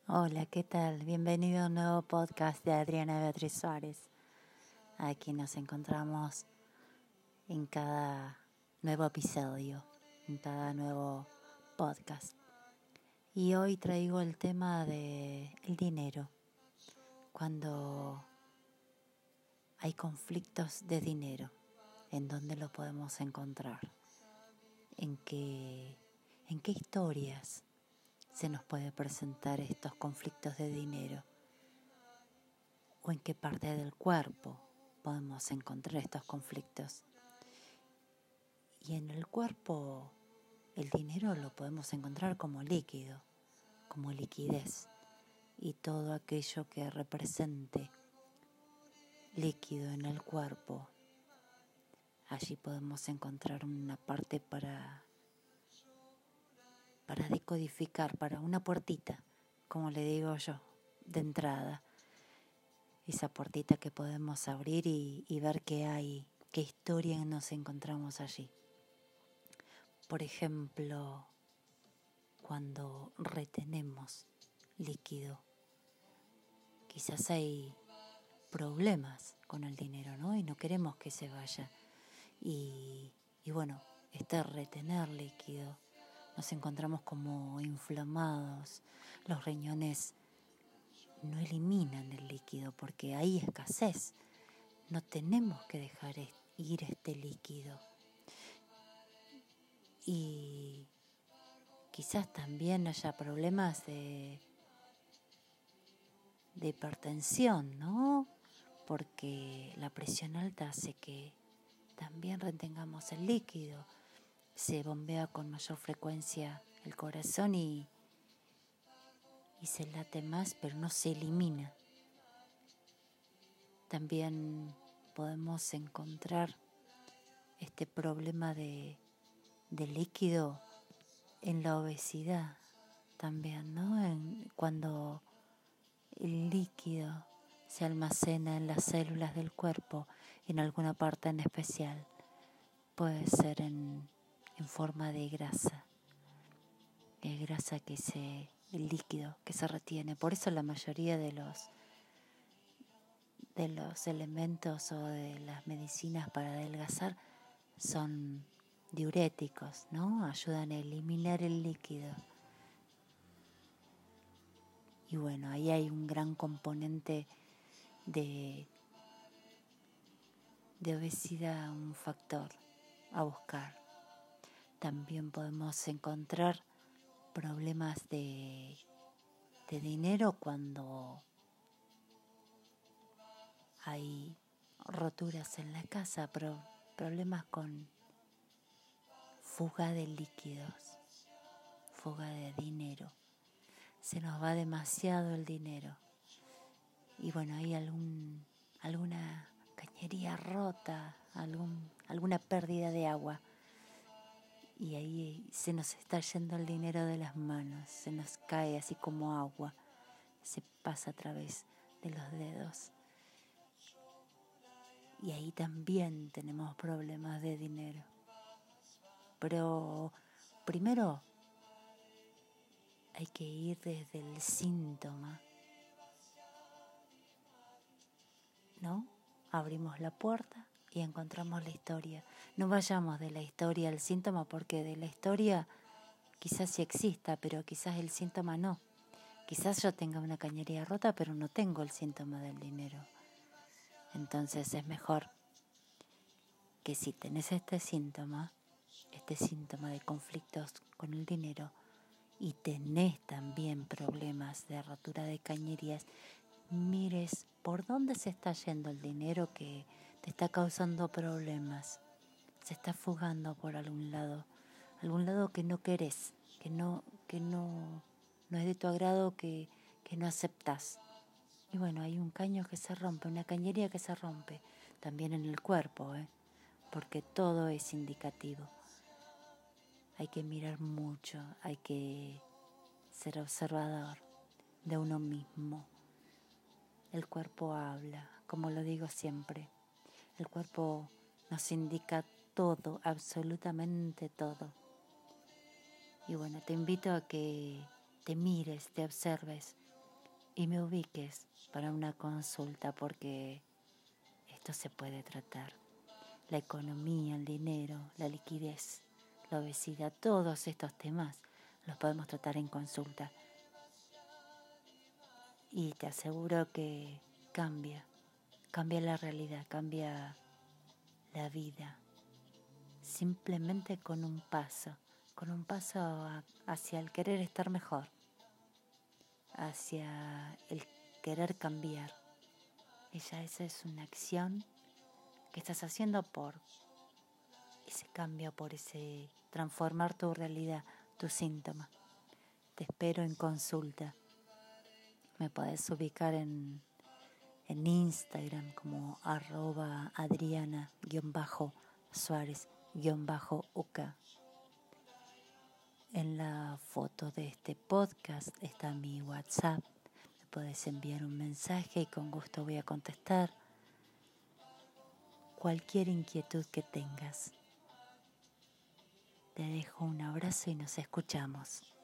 Hola, ¿qué tal? Bienvenido a un nuevo podcast de Adriana Beatriz Suárez. Aquí nos encontramos en cada nuevo episodio, en cada nuevo podcast. Y hoy traigo el tema del dinero. Cuando hay conflictos de dinero, ¿en dónde lo podemos encontrar? ¿En qué historias se nos puede presentar estos conflictos de dinero? ¿O en qué parte del cuerpo podemos encontrar estos conflictos? Y en el cuerpo el dinero lo podemos encontrar como líquido, como liquidez, y todo aquello que represente líquido en el cuerpo, allí podemos encontrar una parte para decodificar, para una puertita, como le digo yo, de entrada. Esa puertita que podemos abrir y ver qué hay, qué historia nos encontramos allí. Por ejemplo, cuando retenemos líquido, quizás hay problemas con el dinero, ¿no? Y no queremos que se vaya. Y bueno, retener líquido, nos encontramos como inflamados. Los riñones no eliminan el líquido porque hay escasez. No tenemos que dejar ir este líquido. Y quizás también haya problemas de hipertensión, ¿no? Porque la presión alta hace que también retengamos el líquido. Se bombea con mayor frecuencia el corazón y se late más, pero no se elimina. También podemos encontrar este problema de líquido en la obesidad también, ¿no? Cuando el líquido se almacena en las células del cuerpo, en alguna parte en especial, puede ser en forma de grasa. Es grasa el líquido que se retiene. Por eso la mayoría de los elementos o de las medicinas para adelgazar son diuréticos, ¿no? Ayudan a eliminar el líquido. Y bueno, ahí hay un gran componente de obesidad, un factor a buscar. También podemos encontrar problemas de dinero cuando hay roturas en la casa, problemas con fuga de líquidos, fuga de dinero. Se nos va demasiado el dinero. Y bueno, hay alguna cañería rota, alguna pérdida de agua. Y ahí se nos está yendo el dinero de las manos, se nos cae así como agua, se pasa a través de los dedos. Y ahí también tenemos problemas de dinero. Pero primero hay que ir desde el síntoma, ¿no? Abrimos la puerta y encontramos la historia. No vayamos de la historia al síntoma, porque de la historia quizás sí exista, pero quizás el síntoma no. Quizás yo tenga una cañería rota, pero no tengo el síntoma del dinero. Entonces es mejor que si tenés este síntoma de conflictos con el dinero, y tenés también problemas de rotura de cañerías, mires por dónde se está yendo el dinero que te está causando problemas. Se está fugando por algún lado que no querés, que no es de tu agrado, que no aceptás. Y bueno, hay un caño que se rompe, una cañería que se rompe, también en el cuerpo, porque todo es indicativo. Hay que mirar mucho, hay que ser observador de uno mismo. El cuerpo habla, como lo digo siempre. El cuerpo nos indica todo, absolutamente todo. Y bueno, te invito a que te mires, te observes y me ubiques para una consulta, porque esto se puede tratar. La economía, el dinero, la liquidez, la obesidad, todos estos temas los podemos tratar en consulta. Y te aseguro que cambia la realidad, cambia la vida. Simplemente con un paso hacia el querer estar mejor, hacia el querer cambiar. Esa es una acción que estás haciendo por ese cambio, por ese transformar tu realidad, tu síntoma. Te espero en consulta. Me podés ubicar en Instagram como @Adriana_Suárez_UK. En la foto de este podcast está mi WhatsApp. Me podés enviar un mensaje y con gusto voy a contestar cualquier inquietud que tengas. Te dejo un abrazo y nos escuchamos.